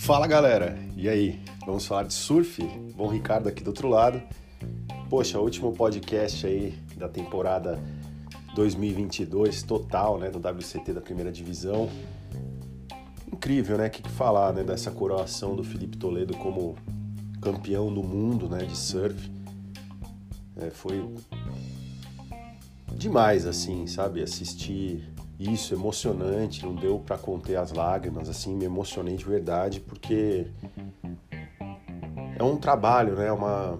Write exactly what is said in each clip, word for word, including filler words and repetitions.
Fala galera, e aí? Vamos falar de surf? Bom, Ricardo aqui do outro lado. Poxa, último podcast aí da temporada dois mil e vinte e dois total, né, do W C T da primeira divisão. Incrível, né? O que, que falar, né, dessa coroação do Felipe Toledo como campeão do mundo, né, de surf. É, foi demais, assim, sabe? Assistir isso, emocionante, não deu pra conter as lágrimas, assim, me emocionei de verdade, porque é um trabalho, né, uma,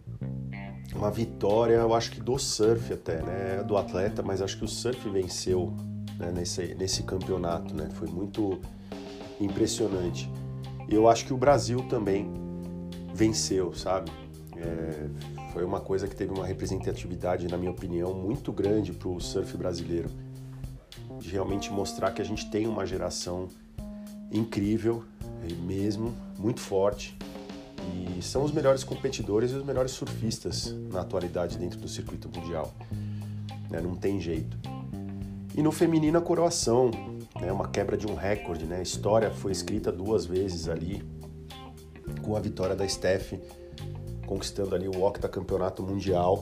uma vitória, eu acho que do surf até, né, do atleta, mas acho que o surf venceu, né, nesse, nesse campeonato, né, foi muito impressionante. E eu acho que o Brasil também venceu, sabe? É, foi uma coisa que teve uma representatividade, na minha opinião, muito grande pro surf brasileiro, de realmente mostrar que a gente tem uma geração incrível mesmo, muito forte, e são os melhores competidores e os melhores surfistas na atualidade dentro do circuito mundial, né? Não tem jeito. E no feminino a coroação, né? Uma quebra de um recorde, né? A história foi escrita duas vezes ali, com a vitória da Steph, conquistando ali o octacampeonato mundial,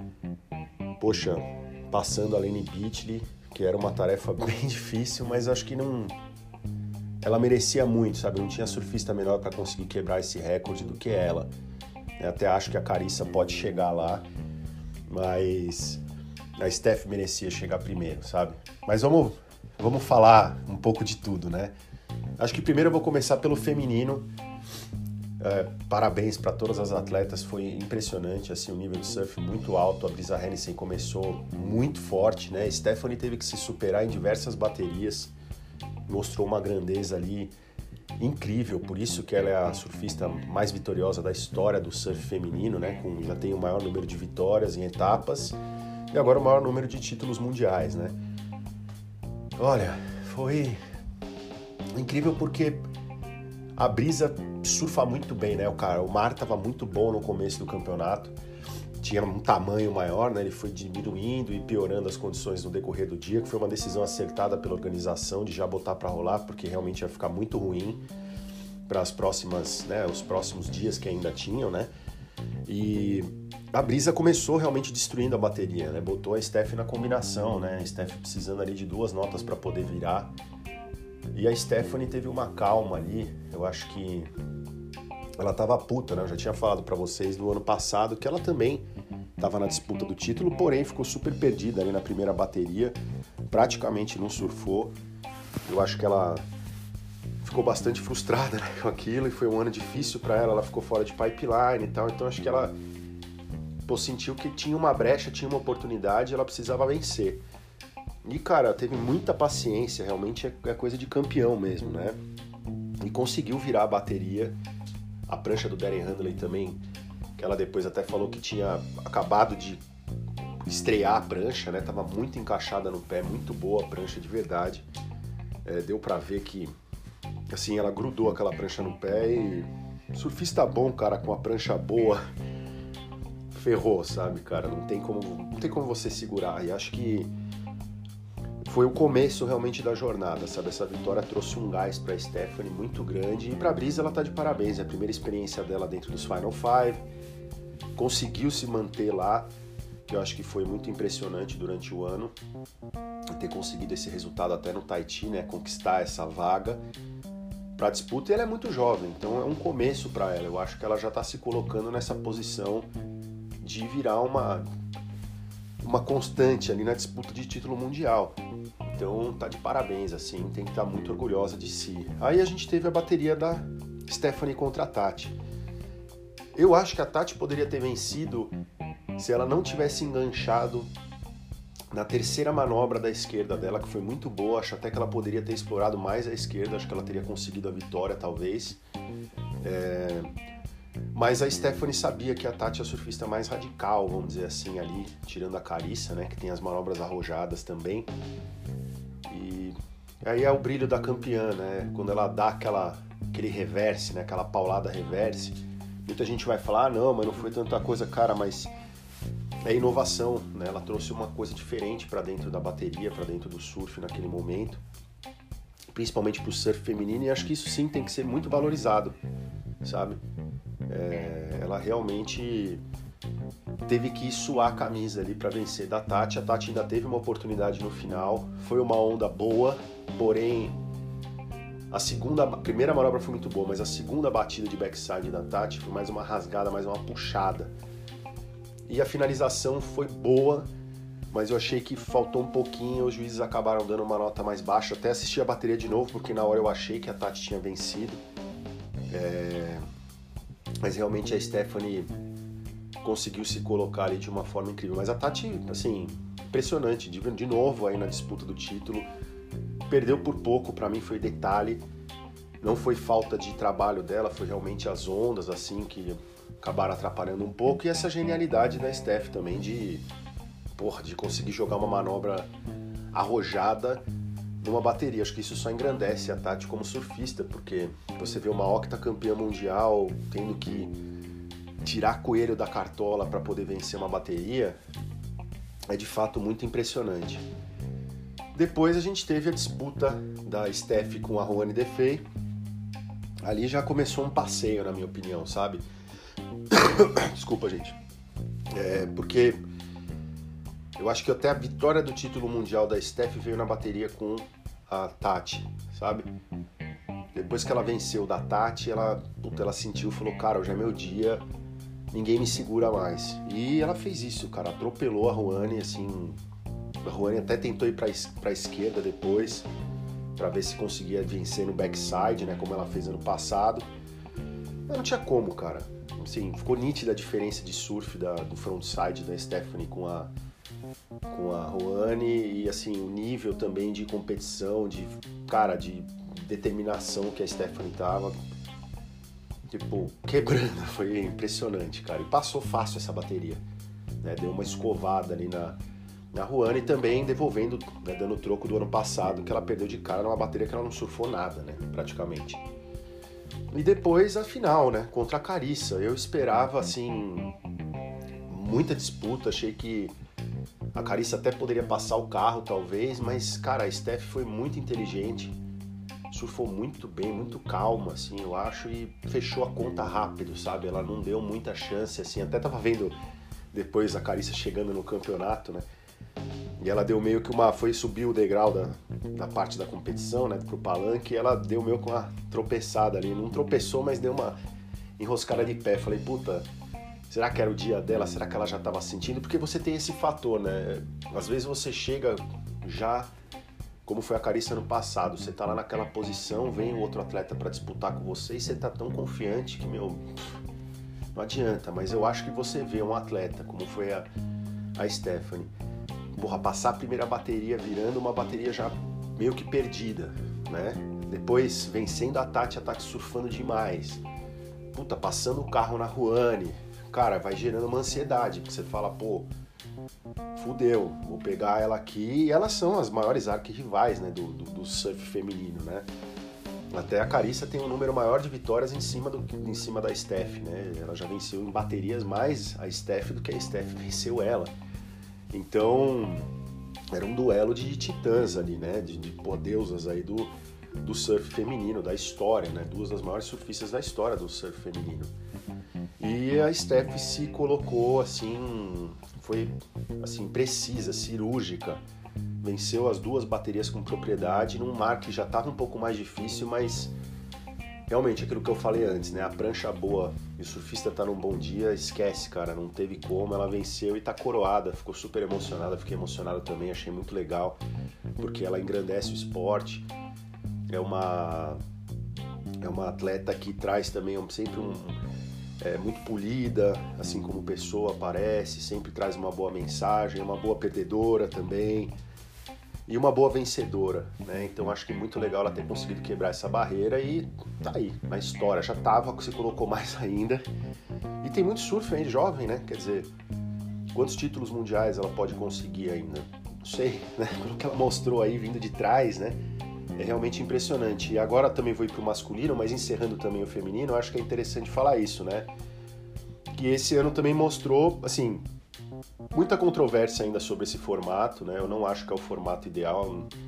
poxa, passando a Lane Beachley, que era uma tarefa bem difícil, mas acho que não... ela merecia muito, sabe? Não tinha surfista melhor para conseguir quebrar esse recorde do que ela. Eu até acho que a Carissa pode chegar lá, mas a Steph merecia chegar primeiro, sabe? Mas vamos, vamos falar um pouco de tudo, né? Acho que primeiro eu vou começar pelo feminino. É, parabéns para todas as atletas, foi impressionante, assim, o nível de surf muito alto. A Brisa Hennessy começou muito forte, né? Stephanie teve que se superar em diversas baterias, mostrou uma grandeza ali incrível, por isso que ela é a surfista mais vitoriosa da história do surf feminino, né? Com, já tem o maior número de vitórias em etapas e agora o maior número de títulos mundiais, né? Olha, foi incrível porque a Brisa surfa muito bem, né? O cara, o mar estava muito bom no começo do campeonato, tinha um tamanho maior, né? Ele foi diminuindo e piorando as condições no decorrer do dia, que foi uma decisão acertada pela organização de já botar para rolar, porque realmente ia ficar muito ruim para as próximas, né? Os próximos dias que ainda tinham, né? E a Brisa começou realmente destruindo a bateria, né? Botou a Steph na combinação, né? A Steph precisando ali de duas notas para poder virar. E a Stephanie teve uma calma ali, eu acho que ela tava puta, né? Eu já tinha falado pra vocês do ano passado que ela também tava na disputa do título, porém ficou super perdida ali na primeira bateria, praticamente não surfou. Eu acho que ela ficou bastante frustrada, né, com aquilo, e foi um ano difícil pra ela, ela ficou fora de pipeline e tal, então acho que ela, pô, sentiu que tinha uma brecha, tinha uma oportunidade, ela precisava vencer. E, cara, teve muita paciência, realmente é coisa de campeão mesmo, né? E conseguiu virar a bateria. A prancha do Darren Handley também, que ela depois até falou que tinha acabado de estrear a prancha, né? Tava muito encaixada no pé, muito boa a prancha de verdade. É, deu pra ver que, assim, ela grudou aquela prancha no pé e... surfista bom, cara, com a prancha boa, ferrou, sabe, cara? Não tem como, não tem como você segurar. E acho que foi o começo realmente da jornada, sabe? Essa vitória trouxe um gás pra Stephanie muito grande, e pra Brisa ela tá de parabéns, é a primeira experiência dela dentro dos Final Five, conseguiu se manter lá, que eu acho que foi muito impressionante durante o ano, ter conseguido esse resultado até no Tahiti, né? Conquistar essa vaga pra disputa, e ela é muito jovem, então é um começo pra ela, eu acho que ela já tá se colocando nessa posição de virar uma... uma constante ali na disputa de título mundial. Então tá de parabéns, assim, tem que estar muito orgulhosa de si. Aí a gente teve a bateria da Stephanie contra a Tati. Eu acho que a Tati poderia ter vencido se ela não tivesse enganchado na terceira manobra da esquerda dela, que foi muito boa. Acho até que ela poderia ter explorado mais a esquerda, acho que ela teria conseguido a vitória, talvez. É... Mas a Stephanie sabia que a Tati é a surfista mais radical, vamos dizer assim, ali, tirando a Carissa, né, que tem as manobras arrojadas também. E aí é o brilho da campeã, né, quando ela dá aquela, aquele reverse, né, aquela paulada reverse. Muita gente vai falar, ah, não, mas não foi tanta coisa, cara, mas é inovação, né, ela trouxe uma coisa diferente para dentro da bateria, para dentro do surf naquele momento. principalmente pro surf feminino, e acho que isso sim tem que ser muito valorizado, sabe? É, ela realmente teve que suar a camisa ali para vencer da Tati. A Tati ainda teve uma oportunidade no final, foi uma onda boa, porém a segunda, a primeira manobra foi muito boa, mas a segunda batida de backside da Tati foi mais uma rasgada, mais uma puxada. E a finalização foi boa, mas eu achei que faltou um pouquinho, os juízes acabaram dando uma nota mais baixa. Até assisti a bateria de novo, porque na hora eu achei que a Tati tinha vencido. É... Mas realmente a Stephanie conseguiu se colocar ali de uma forma incrível. Mas a Tati, assim, impressionante, de, de novo aí na disputa do título. Perdeu por pouco, pra mim foi detalhe. Não foi falta de trabalho dela, foi realmente as ondas, assim, que acabaram atrapalhando um pouco. E essa genialidade da Steph também de, porra, de conseguir jogar uma manobra arrojada numa bateria. Acho que isso só engrandece a Tati como surfista, porque você vê uma octacampeã mundial tendo que tirar coelho da cartola para poder vencer uma bateria, é de fato muito impressionante. Depois a gente teve a disputa da Steph com a Ruane Defey. Ali já começou um passeio, na minha opinião, sabe? Desculpa, gente. É, porque eu acho que até a vitória do título mundial da Steph veio na bateria com a Tati, sabe? Depois que ela venceu da Tati, ela, puta, ela sentiu, falou, cara, hoje é meu dia, ninguém me segura mais. E ela fez isso, cara, atropelou a Ruane, assim... A Ruane até tentou ir pra, pra esquerda depois, pra ver se conseguia vencer no backside, né, como ela fez ano passado. Mas não tinha como, cara. Assim, ficou nítida a diferença de surf da, do frontside da Stephanie com a, com a Ruane, e assim, o nível também de competição, de, cara, de determinação que a Stephanie tava, tipo, quebrando. Foi impressionante, cara. E passou fácil essa bateria, né, deu uma escovada ali na... na Ruane, também devolvendo, né, dando o troco do ano passado, que ela perdeu de cara numa bateria que ela não surfou nada, né, praticamente. E depois a final, né, contra a Carissa. Eu esperava, assim, muita disputa, achei que a Carissa até poderia passar o carro, talvez, mas, cara, a Steph foi muito inteligente, surfou muito bem, muito calma, assim, eu acho, e fechou a conta rápido, sabe? Ela não deu muita chance, assim, até tava vendo depois a Carissa chegando no campeonato, né? E ela deu meio que uma... foi subir o degrau da, da parte da competição, né, pro palanque, e ela deu meio que uma tropeçada ali. Não tropeçou, mas deu uma enroscada de pé. Falei, puta, será que era o dia dela? Será que ela já tava sentindo? Porque você tem esse fator, né? Às vezes você chega já, como foi a Carissa no passado, você tá lá naquela posição, vem o outro atleta pra disputar com você e você tá tão confiante que, meu, não adianta. Mas eu acho que você vê um atleta, como foi a, a Stephanie, porra, passar a primeira bateria virando uma bateria já meio que perdida, né? Depois vencendo a Tati, a Tati surfando demais. Puta, passando o carro na Ruane. Cara, vai gerando uma ansiedade, porque você fala, pô, fudeu, vou pegar ela aqui. E elas são as maiores arquirrivais, né, do, do, do surf feminino, né? Até a Carissa tem um número maior de vitórias em cima, do, em cima da Steph, né? Ela já venceu em baterias mais a Steph do que a Steph venceu ela. Então, era um duelo de titãs ali, né? De, de pô, deusas aí do, do surf feminino, da história, né? Duas das maiores surfistas da história do surf feminino. E a Steph se colocou, assim, foi assim, precisa, cirúrgica. Venceu as duas baterias com propriedade, num mar que já estava um pouco mais difícil, mas... realmente, aquilo que eu falei antes, né? A prancha boa e o surfista tá num bom dia, esquece, cara, não teve como, ela venceu e tá coroada, ficou super emocionada, fiquei emocionado também, achei muito legal, porque ela engrandece o esporte, é uma, é uma atleta que traz também sempre um, é, muito polida, assim como pessoa parece, sempre traz uma boa mensagem, é uma boa perdedora também, e uma boa vencedora, né? Então acho que é muito legal ela ter conseguido quebrar essa barreira e tá aí, na história. Já tava, se colocou mais ainda. E tem muito surf aí, jovem, né? Quer dizer, quantos títulos mundiais ela pode conseguir ainda? Não sei, né? Pelo que ela mostrou aí, vindo de trás, né? É realmente impressionante. E agora também vou ir pro masculino, mas encerrando também o feminino, eu acho que é interessante falar isso, né? Que esse ano também mostrou, assim... muita controvérsia ainda sobre esse formato, né? Eu não acho que é o formato ideal.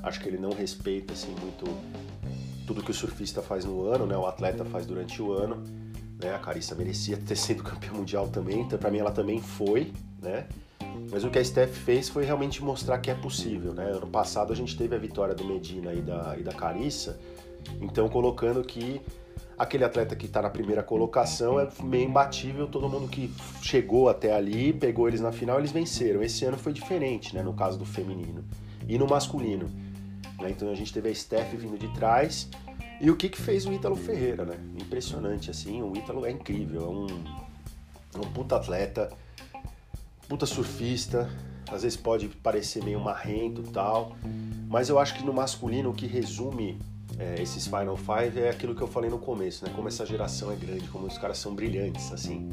Acho que ele não respeita assim muito tudo que o surfista faz no ano, né? O atleta faz durante o ano, né? A Carissa merecia ter sido campeã mundial também, então para mim ela também foi, né? Mas o que a Steph fez foi realmente mostrar que é possível, né? Ano passado a gente teve a vitória do Medina e da, e da Carissa, então colocando que aquele atleta que está na primeira colocação é meio imbatível, todo mundo que chegou até ali, pegou eles na final, eles venceram. Esse ano foi diferente, né? No caso do feminino e no masculino. Então a gente teve a Steph vindo de trás e o que que fez o Ítalo Ferreira, né? Impressionante, assim, o Ítalo é incrível, é um, é um puta atleta, puta surfista, às vezes pode parecer meio marrento e tal, mas eu acho que no masculino o que resume é, esses Final Five é aquilo que eu falei no começo, né? Como essa geração é grande, como os caras são brilhantes, assim.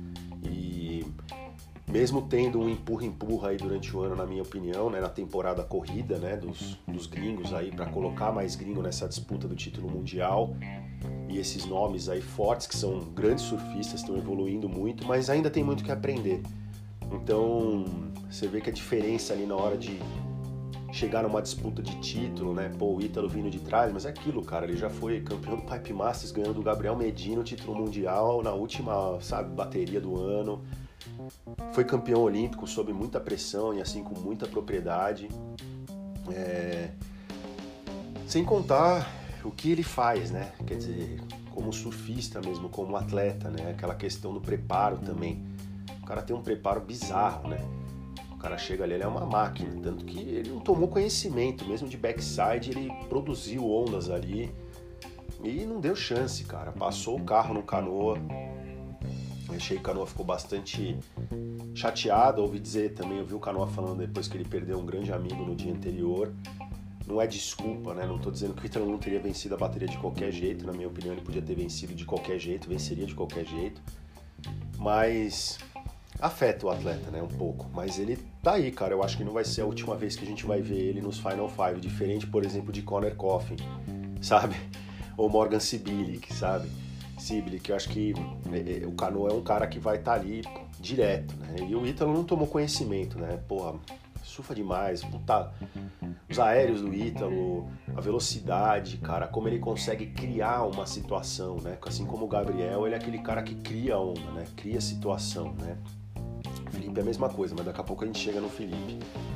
E mesmo tendo um empurra-empurra aí durante o ano, na minha opinião, né, na temporada corrida, né, dos, dos gringos aí, para colocar mais gringo nessa disputa do título mundial, e esses nomes aí fortes, que são grandes surfistas, estão evoluindo muito, mas ainda tem muito que aprender. Então, você vê que a diferença ali na hora de chegar numa disputa de título, né, pô, o Ítalo vindo de trás, mas é aquilo, cara, ele já foi campeão do Pipe Masters, ganhando do Gabriel Medina o título mundial na última, sabe, bateria do ano. Foi campeão olímpico sob muita pressão e assim com muita propriedade, é... sem contar o que ele faz, né? Quer dizer, como surfista mesmo, como atleta, né? Aquela questão do preparo também. O cara tem um preparo bizarro, né? O cara chega ali, ele é uma máquina, tanto que ele não tomou conhecimento, mesmo de backside, ele produziu ondas ali e não deu chance, cara. Passou o carro no canoa. Achei que o Canoa ficou bastante chateado, ouvi dizer também, eu vi o Canoa falando depois que ele perdeu um grande amigo no dia anterior. Não é desculpa, né? Não tô dizendo que o Ítalo não teria vencido a bateria de qualquer jeito, na minha opinião ele podia ter vencido de qualquer jeito, venceria de qualquer jeito, mas afeta o atleta, né? Um pouco, mas ele tá aí, cara, eu acho que não vai ser a última vez que a gente vai ver ele nos Final Five, diferente, por exemplo, de Conor Coffin, sabe? Ou Morgan Cibilic, sabe? Sibyl, que eu acho que é, é, o Canoa é um cara que vai estar tá ali direto, né? E o Ítalo não tomou conhecimento, né? Porra, surfa demais, puta, os aéreos do Ítalo, a velocidade, cara, como ele consegue criar uma situação, né? Assim como o Gabriel, ele é aquele cara que cria onda, né? Cria situação, né? O Felipe é a mesma coisa, mas daqui a pouco a gente chega no Felipe.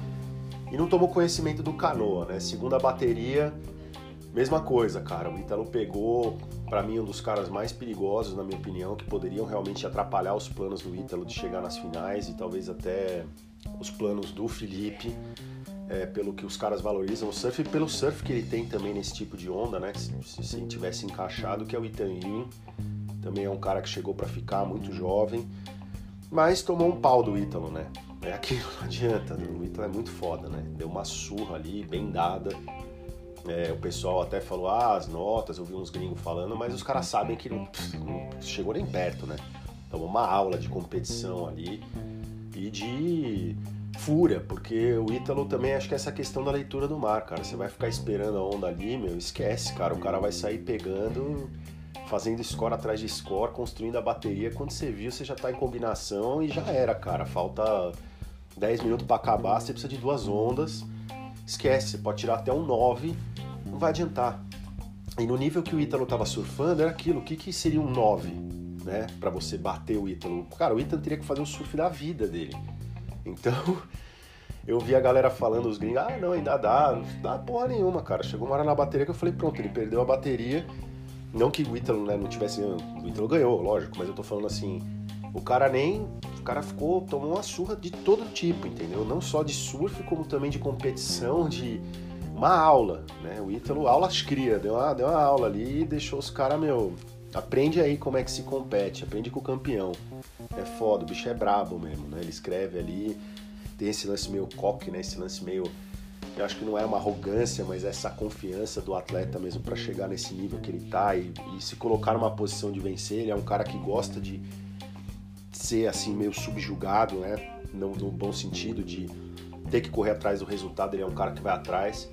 E não tomou conhecimento do Canoa, né? Segunda bateria, mesma coisa, cara, o Ítalo pegou, pra mim, um dos caras mais perigosos, na minha opinião, que poderiam realmente atrapalhar os planos do Ítalo de chegar nas finais e talvez até os planos do Felipe, é, pelo que os caras valorizam o surf e pelo surf que ele tem também nesse tipo de onda, né, se, se ele tivesse encaixado, que é o Ethan Ewing, também é um cara que chegou pra ficar, muito jovem, mas tomou um pau do Ítalo, né, é aquilo, não adianta, o Ítalo é muito foda, né, deu uma surra ali, bem dada. É, o pessoal até falou, ah, as notas, eu vi uns gringos falando, mas os caras sabem que não, não chegou nem perto, né? Então, uma aula de competição ali e de fúria, porque o Ítalo também, acho que é essa questão da leitura do mar, cara. Você vai ficar esperando a onda ali, meu, esquece, cara. O cara vai sair pegando, fazendo score atrás de score, construindo a bateria. Quando você viu, você já tá em combinação e já era, cara. Falta dez minutos pra acabar, você precisa de duas ondas. Esquece, você pode tirar até um nove, não vai adiantar. E no nível que o Ítalo tava surfando, era aquilo, o que, que seria um nove, né? Pra você bater o Ítalo. Cara, o Ítalo teria que fazer o surf da vida dele. Então, eu vi a galera falando, os gringos, ah, não, ainda dá, não dá porra nenhuma, cara. Chegou uma hora na bateria que eu falei, pronto, ele perdeu a bateria. Não que o Ítalo, né, não tivesse... O Ítalo ganhou, lógico, mas eu tô falando assim, o cara nem... O cara ficou, tomou uma surra de todo tipo, entendeu? Não só de surf, como também de competição, de uma aula, né? O Ítalo, aulas cria, deu uma, deu uma aula ali e deixou os caras, meu, aprende aí como é que se compete, aprende com o campeão. É foda, o bicho é brabo mesmo, né? Ele escreve ali, tem esse lance meio coque, né? Esse lance meio, eu acho que não é uma arrogância, mas é essa confiança do atleta mesmo pra chegar nesse nível que ele tá e, e se colocar numa posição de vencer. Ele é um cara que gosta de ser assim meio subjugado, né? No, no bom sentido de ter que correr atrás do resultado. Ele é um cara que vai atrás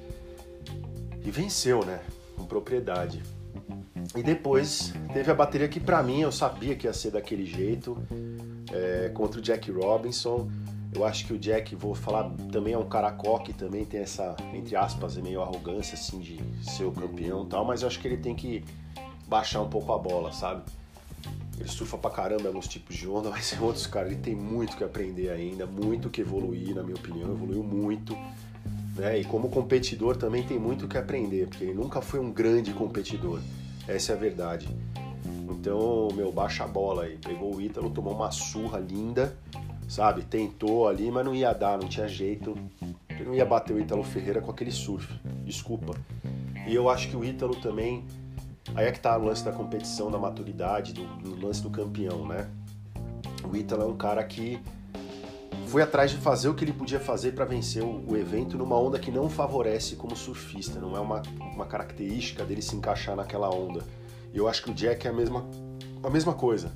e venceu, né? Com propriedade. E depois teve a bateria que pra mim eu sabia que ia ser daquele jeito, é, contra o Jack Robinson. Eu acho que o Jack, vou falar, também é um cara coque, também tem essa, entre aspas, meio arrogância, assim, de ser o campeão e tal, mas eu acho que ele tem que baixar um pouco a bola, sabe? Ele surfa pra caramba em alguns tipos de onda, mas em outros, cara, ele tem muito que aprender ainda, muito que evoluir, na minha opinião, evoluiu muito, né? E como competidor também tem muito que aprender, porque ele nunca foi um grande competidor, essa é a verdade. Então, meu, baixa a bola aí, pegou o Ítalo, tomou uma surra linda, sabe? Tentou ali, mas não ia dar, não tinha jeito. Ele não ia bater o Ítalo Ferreira com aquele surf, desculpa. E eu acho que o Ítalo também, aí é que tá o lance da competição, da maturidade, do, do lance do campeão, né? O Ítalo é um cara que foi atrás de fazer o que ele podia fazer para vencer o, o evento numa onda que não favorece como surfista, não é uma, uma característica dele se encaixar naquela onda. E eu acho que o Jack é a mesma, a mesma coisa.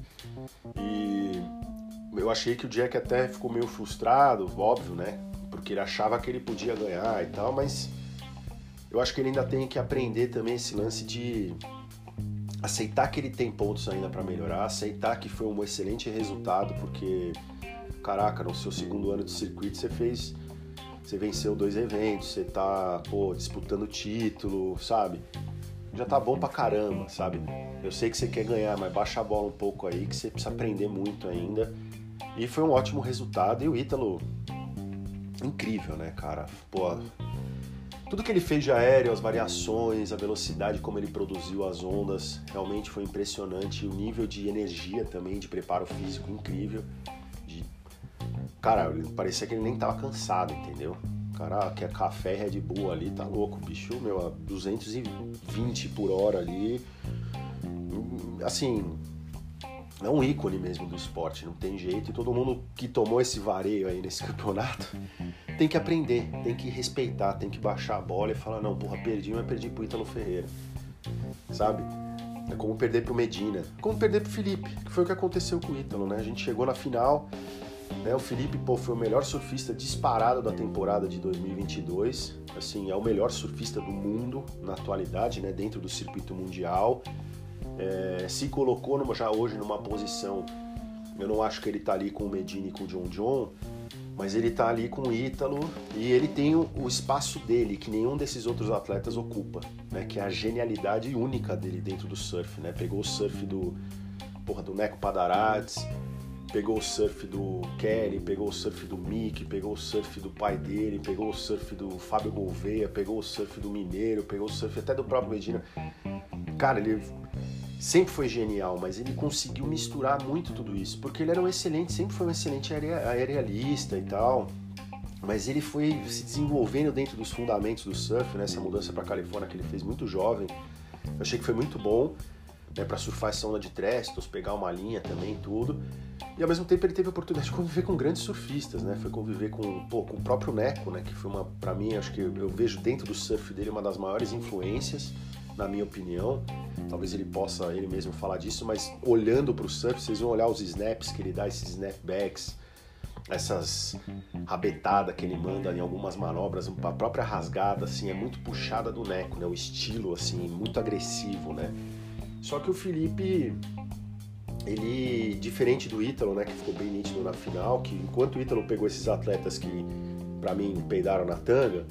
E eu achei que o Jack até ficou meio frustrado, óbvio, né? Porque ele achava que ele podia ganhar e tal, mas eu acho que ele ainda tem que aprender também esse lance de aceitar que ele tem pontos ainda para melhorar, aceitar que foi um excelente resultado, porque, caraca, no seu segundo ano de circuito você fez, você venceu dois eventos, você tá, pô, disputando título, sabe? Já tá bom pra caramba, sabe? Eu sei que você quer ganhar, mas baixa a bola um pouco aí, que você precisa aprender muito ainda. E foi um ótimo resultado, e o Ítalo, incrível, né, cara? Pô, tudo que ele fez de aéreo, as variações, a velocidade como ele produziu as ondas, realmente foi impressionante. O nível de energia também, de preparo físico, incrível. De... Cara, parecia que ele nem tava cansado, entendeu? O cara que é café Red Bull ali, tá louco, bicho, meu, a duzentos e vinte por hora ali. Assim, é um ícone mesmo do esporte, não tem jeito. E todo mundo que tomou esse vareio aí nesse campeonato tem que aprender, tem que respeitar, tem que baixar a bola e falar, não, porra, perdi, mas perdi pro Ítalo Ferreira, sabe? É como perder pro Medina, como perder pro Felipe, que foi o que aconteceu com o Ítalo, né? A gente chegou na final, né? O Felipe, pô, foi o melhor surfista disparado da temporada de dois mil e vinte e dois, assim, é o melhor surfista do mundo na atualidade, né? Dentro do circuito mundial, é, se colocou numa, já hoje numa posição, eu não acho que ele tá ali com o Medina e com o John John, mas ele tá ali com o Ítalo e ele tem o, o espaço dele, que nenhum desses outros atletas ocupa, né? Que é a genialidade única dele dentro do surf, né? Pegou o surf do, porra, do Neco Padarades, pegou o surf do Kelly, pegou o surf do Mick, pegou o surf do pai dele, pegou o surf do Fábio Gouveia, pegou o surf do Mineiro, pegou o surf até do próprio Medina. Cara, ele sempre foi genial, mas ele conseguiu misturar muito tudo isso, porque ele era um excelente, sempre foi um excelente aerialista e tal, mas ele foi se desenvolvendo dentro dos fundamentos do surf, né? Essa mudança para Califórnia que ele fez muito jovem, eu achei que foi muito bom, né, para surfar essa onda de Trestos, pegar uma linha também, tudo. E ao mesmo tempo ele teve a oportunidade de conviver com grandes surfistas, né? Foi conviver com, pô, com o próprio Neco, né? Que foi uma, para mim, acho que eu, eu vejo dentro do surf dele uma das maiores influências, na minha opinião. Talvez ele possa ele mesmo falar disso, mas olhando para o surf, vocês vão olhar os snaps que ele dá, esses snapbacks, essas rabetadas que ele manda em algumas manobras, a própria rasgada, assim, é muito puxada do Neco, né? O estilo, assim, muito agressivo, né? Só que o Felipe, ele, diferente do Ítalo, né, que ficou bem nítido na final, que enquanto o Ítalo pegou esses atletas que, pra mim, peidaram na tanga,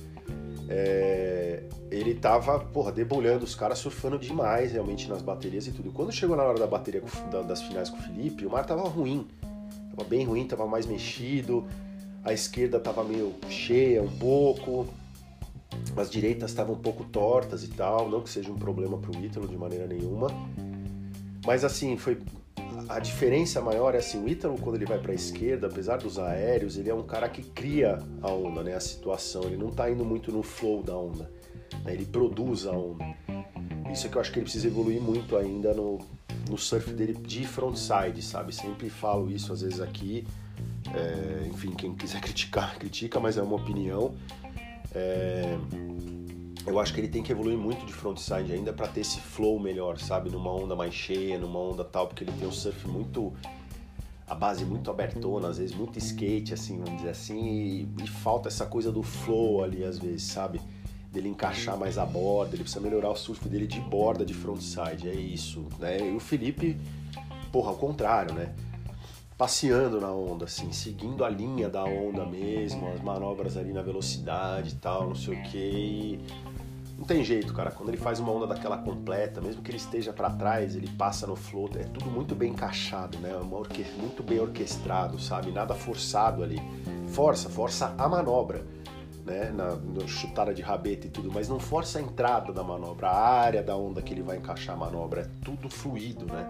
é, ele tava, porra, debulhando os caras, surfando demais, realmente, nas baterias e tudo. E quando chegou na hora da bateria com, das finais com o Felipe, o mar tava ruim, tava bem ruim, tava mais mexido, a esquerda tava meio cheia um pouco, as direitas estavam um pouco tortas e tal, não que seja um problema pro Ítalo de maneira nenhuma, mas assim, foi a diferença maior é assim, o Ítalo quando ele vai para a esquerda, apesar dos aéreos, ele é um cara que cria a onda, né, a situação, ele não tá indo muito no flow da onda, né, ele produz a onda. Isso é que eu acho que ele precisa evoluir muito ainda no, no surf dele de frontside, sabe? Sempre falo isso às vezes aqui, é, enfim, quem quiser criticar, critica, mas é uma opinião. É, eu acho que ele tem que evoluir muito de frontside ainda para ter esse flow melhor, sabe? Numa onda mais cheia, numa onda tal, porque ele tem um surf muito, a base muito abertona, às vezes muito skate, assim, vamos dizer assim, e, e falta essa coisa do flow ali, às vezes, sabe? Dele encaixar mais a borda, ele precisa melhorar o surf dele de borda, de frontside, é isso, né? E o Felipe, porra, ao contrário, né? passeando na onda, assim, seguindo a linha da onda mesmo, as manobras ali na velocidade e tal, não sei o que. E não tem jeito, cara. Quando ele faz uma onda daquela completa, mesmo que ele esteja para trás, ele passa no float, é tudo muito bem encaixado, né? Uma orque... Muito bem orquestrado, sabe? Nada forçado ali. Força, força a manobra, né? Na, na chutada de rabeta e tudo, mas não força a entrada da manobra, a área da onda que ele vai encaixar a manobra. É tudo fluido, né?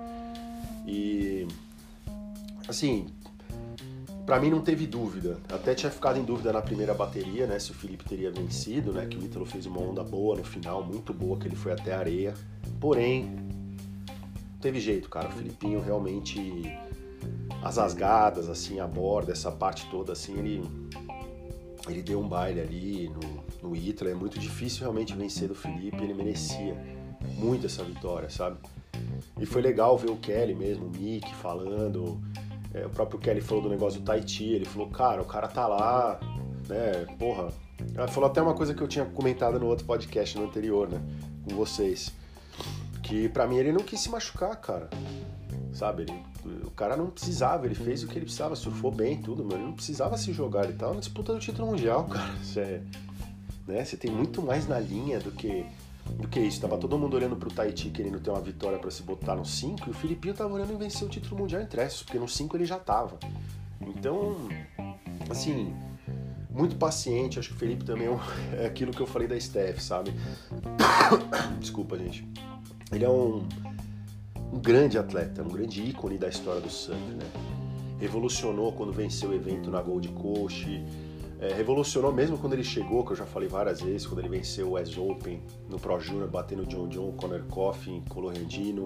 E assim, pra mim não teve dúvida. Até tinha ficado em dúvida na primeira bateria, né, se o Felipe teria vencido, né, que o Ítalo fez uma onda boa no final, muito boa, que ele foi até a areia. Porém, não teve jeito, cara. O Felipinho realmente, as rasgadas, assim, a borda, essa parte toda, assim, ele, ele deu um baile ali no, no Ítalo. É muito difícil realmente vencer do Felipe, ele merecia muito essa vitória, sabe? E foi legal ver o Kelly mesmo, o Mick falando. É, o próprio Kelly falou do negócio do Tahiti, ele falou, cara, o cara tá lá, né, porra. Ela falou até uma coisa que eu tinha comentado no outro podcast, no anterior, né, com vocês, que pra mim ele não quis se machucar, cara, sabe, ele, o cara não precisava, ele fez o que ele precisava, surfou bem tudo, mas ele não precisava se jogar, ele tava na disputa do título mundial, cara, isso é, né, você tem muito mais na linha do que... do que isso, tava todo mundo olhando pro Tahiti querendo ter uma vitória para se botar no cinco, e o Filipinho tava olhando em vencer o título mundial em Trestos, porque no cinco ele já tava. Então, assim, muito paciente. Acho que o Felipe também é aquilo que eu falei da Steph, sabe? Desculpa, gente. Ele é um, um grande atleta, um grande ícone da história do surf, né? Revolucionou quando venceu o evento na Gold Coast. É, revolucionou mesmo quando ele chegou, que eu já falei várias vezes, quando ele venceu o West Open no Pro Junior, batendo o John John, Conor Coffin, Colorandino.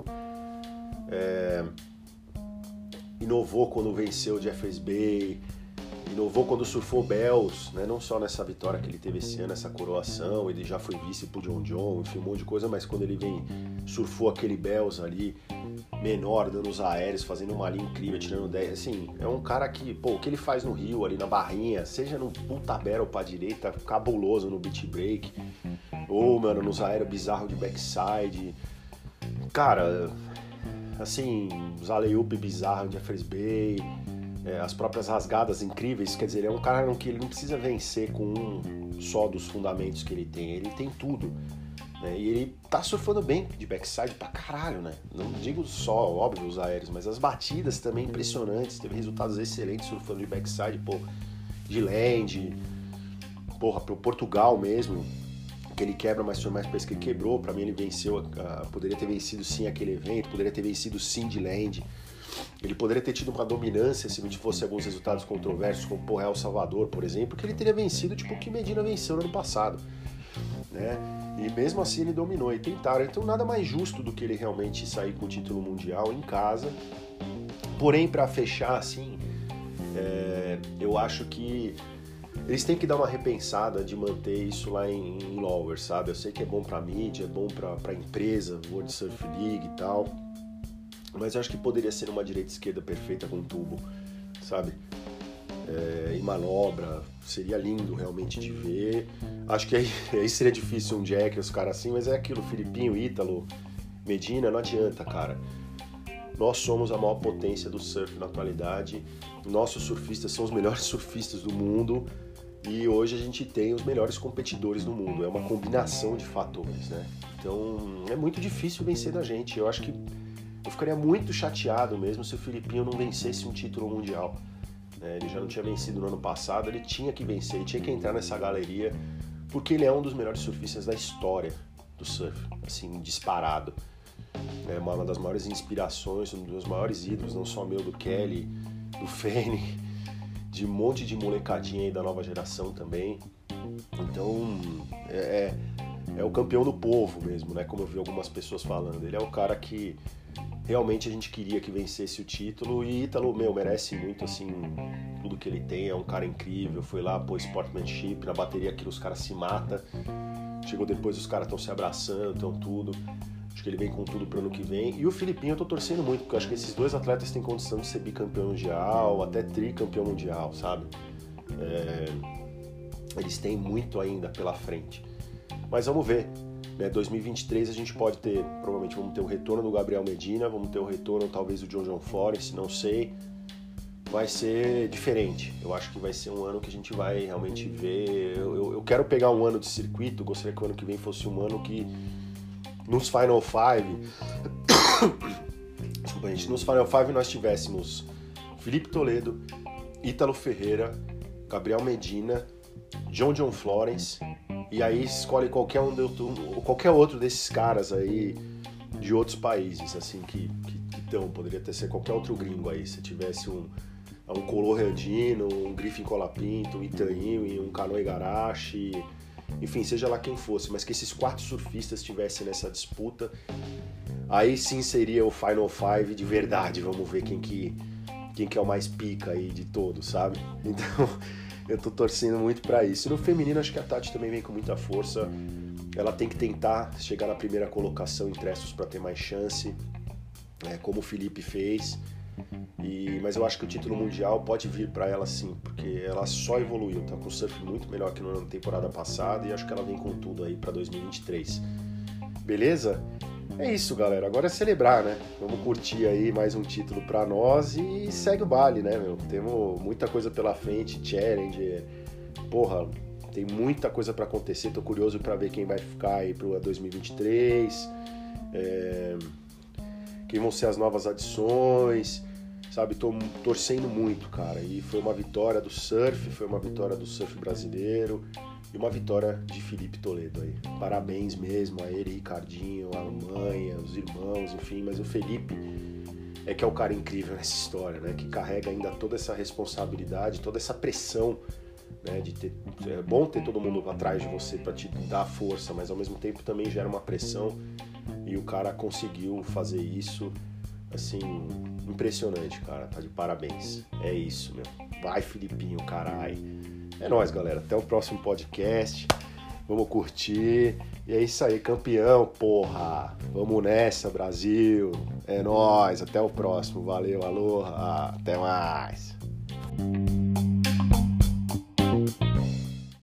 É, inovou quando venceu o Jeffreys Bay, inovou quando surfou Bells, né? Não só nessa vitória que ele teve esse ano, essa coroação, ele já foi vice pro John John, enfim, um monte de coisa, mas quando ele vem, surfou aquele Bells ali, menor, dando os aéreos, fazendo uma linha incrível, tirando dez, assim, é um cara que, pô, o que ele faz no Rio, ali na barrinha, seja no puta barrel pra direita, cabuloso no beach break, ou, mano, nos aéreos bizarros de backside, cara, assim, os alley-oop bizarros de Jeffreys Bay, é, as próprias rasgadas incríveis, quer dizer, ele é um cara que ele não precisa vencer com um só dos fundamentos que ele tem, ele tem tudo. Né? E ele tá surfando bem de backside pra caralho, né? Não digo só, óbvio, os aéreos, mas as batidas também impressionantes. Teve resultados excelentes surfando de backside, pô, de land, porra, pro Portugal mesmo, que ele quebra, mas foi mais pra isso que ele quebrou. Pra mim ele venceu, uh, poderia ter vencido sim aquele evento, poderia ter vencido sim de land. Ele poderia ter tido uma dominância se não fosse alguns resultados controversos, como porra, El Salvador, por exemplo, que ele teria vencido tipo o que Medina venceu no ano passado, né? E mesmo assim ele dominou e tentaram. Então nada mais justo do que ele realmente sair com o título mundial em casa. Porém, para fechar assim, é, eu acho que eles têm que dar uma repensada de manter isso lá em, em Lower, sabe? Eu sei que é bom pra mídia, é bom pra, pra empresa, World Surf League e tal, mas eu acho que poderia ser uma direita-esquerda perfeita com tubo, sabe? É, em manobra, seria lindo realmente de ver. Acho que aí, aí seria difícil um Jack, os caras assim, mas é aquilo, Filipinho, Ítalo, Medina, não adianta, cara. Nós somos a maior potência do surf na atualidade, nossos surfistas são os melhores surfistas do mundo e hoje a gente tem os melhores competidores do mundo, é uma combinação de fatores, né? Então é muito difícil vencer da gente. Eu acho que eu ficaria muito chateado mesmo se o Filipinho não vencesse um título mundial. Ele já não tinha vencido no ano passado, ele tinha que vencer, ele tinha que entrar nessa galeria, porque ele é um dos melhores surfistas da história do surf, assim, disparado. É uma das maiores inspirações, um dos maiores ídolos, não só meu, do Kelly, do Fanny, de um monte de molecadinha aí da nova geração também. Então, é, é o campeão do povo mesmo, né? Como eu vi algumas pessoas falando. Ele é o cara que realmente a gente queria que vencesse o título, e Ítalo, meu, merece muito, assim, tudo que ele tem, é um cara incrível, foi lá, pô, sportsmanship, na bateria aquilo os caras se matam, chegou depois, os caras estão se abraçando, estão tudo, acho que ele vem com tudo pro ano que vem, e o Filipinho eu tô torcendo muito, porque eu acho que esses dois atletas têm condição de ser bicampeão mundial, até tricampeão mundial, sabe? É... Eles têm muito ainda pela frente, mas vamos ver. Né, dois mil e vinte e três a gente pode ter, provavelmente vamos ter o retorno do Gabriel Medina, vamos ter o retorno talvez do John John Florence, não sei, vai ser diferente. Eu acho que vai ser um ano que a gente vai realmente ver. Eu, eu, eu quero pegar um ano de circuito, gostaria que o ano que vem fosse um ano que nos Final Five, desculpa, gente, nos Final Five nós tivéssemos Felipe Toledo, Ítalo Ferreira, Gabriel Medina, John John Florence, e aí escolhe qualquer um de, qualquer outro desses caras aí de outros países, assim, que estão, poderia ter ser qualquer outro gringo aí, se tivesse um um Colo Reandino, um Griffin Colapinto, um Itaim, um Kanoe Igarashi, enfim, seja lá quem fosse, mas que esses quatro surfistas estivessem nessa disputa, aí sim seria o Final Five de verdade, vamos ver quem que, quem que é o mais pica aí de todos, sabe? Então, eu tô torcendo muito pra isso. E no feminino, acho que a Tati também vem com muita força, ela tem que tentar chegar na primeira colocação em Trestos para ter mais chance, é, como o Felipe fez. E, mas eu acho que o título mundial pode vir para ela sim, porque ela só evoluiu, tá com o surf muito melhor que na temporada passada e acho que ela vem com tudo aí para dois mil e vinte e três. Beleza? É isso, galera. Agora é celebrar, né? Vamos curtir aí mais um título para nós e segue o baile, né, meu? Temos muita coisa pela frente, challenge, porra, tem muita coisa para acontecer. Tô curioso para ver quem vai ficar aí para dois mil e vinte e três, é... quem vão ser as novas adições, sabe? Tô torcendo muito, cara. E foi uma vitória do surf, foi uma vitória do surf brasileiro e uma vitória de Felipe Toledo aí. Parabéns mesmo a ele, Ricardinho, a Alemanha, os irmãos, enfim. Mas o Felipe é que é o cara incrível nessa história, né? Que carrega ainda toda essa responsabilidade, toda essa pressão, né? De ter, é bom ter todo mundo atrás de você para te dar força, mas ao mesmo tempo também gera uma pressão. E o cara conseguiu fazer isso, assim, impressionante, cara. Tá de parabéns. É isso, meu. Vai, Filipinho, carai. É nóis, galera. Até o próximo podcast. Vamos curtir. E é isso aí, campeão, porra. Vamos nessa, Brasil. É nóis. Até o próximo. Valeu, aloha. Até mais.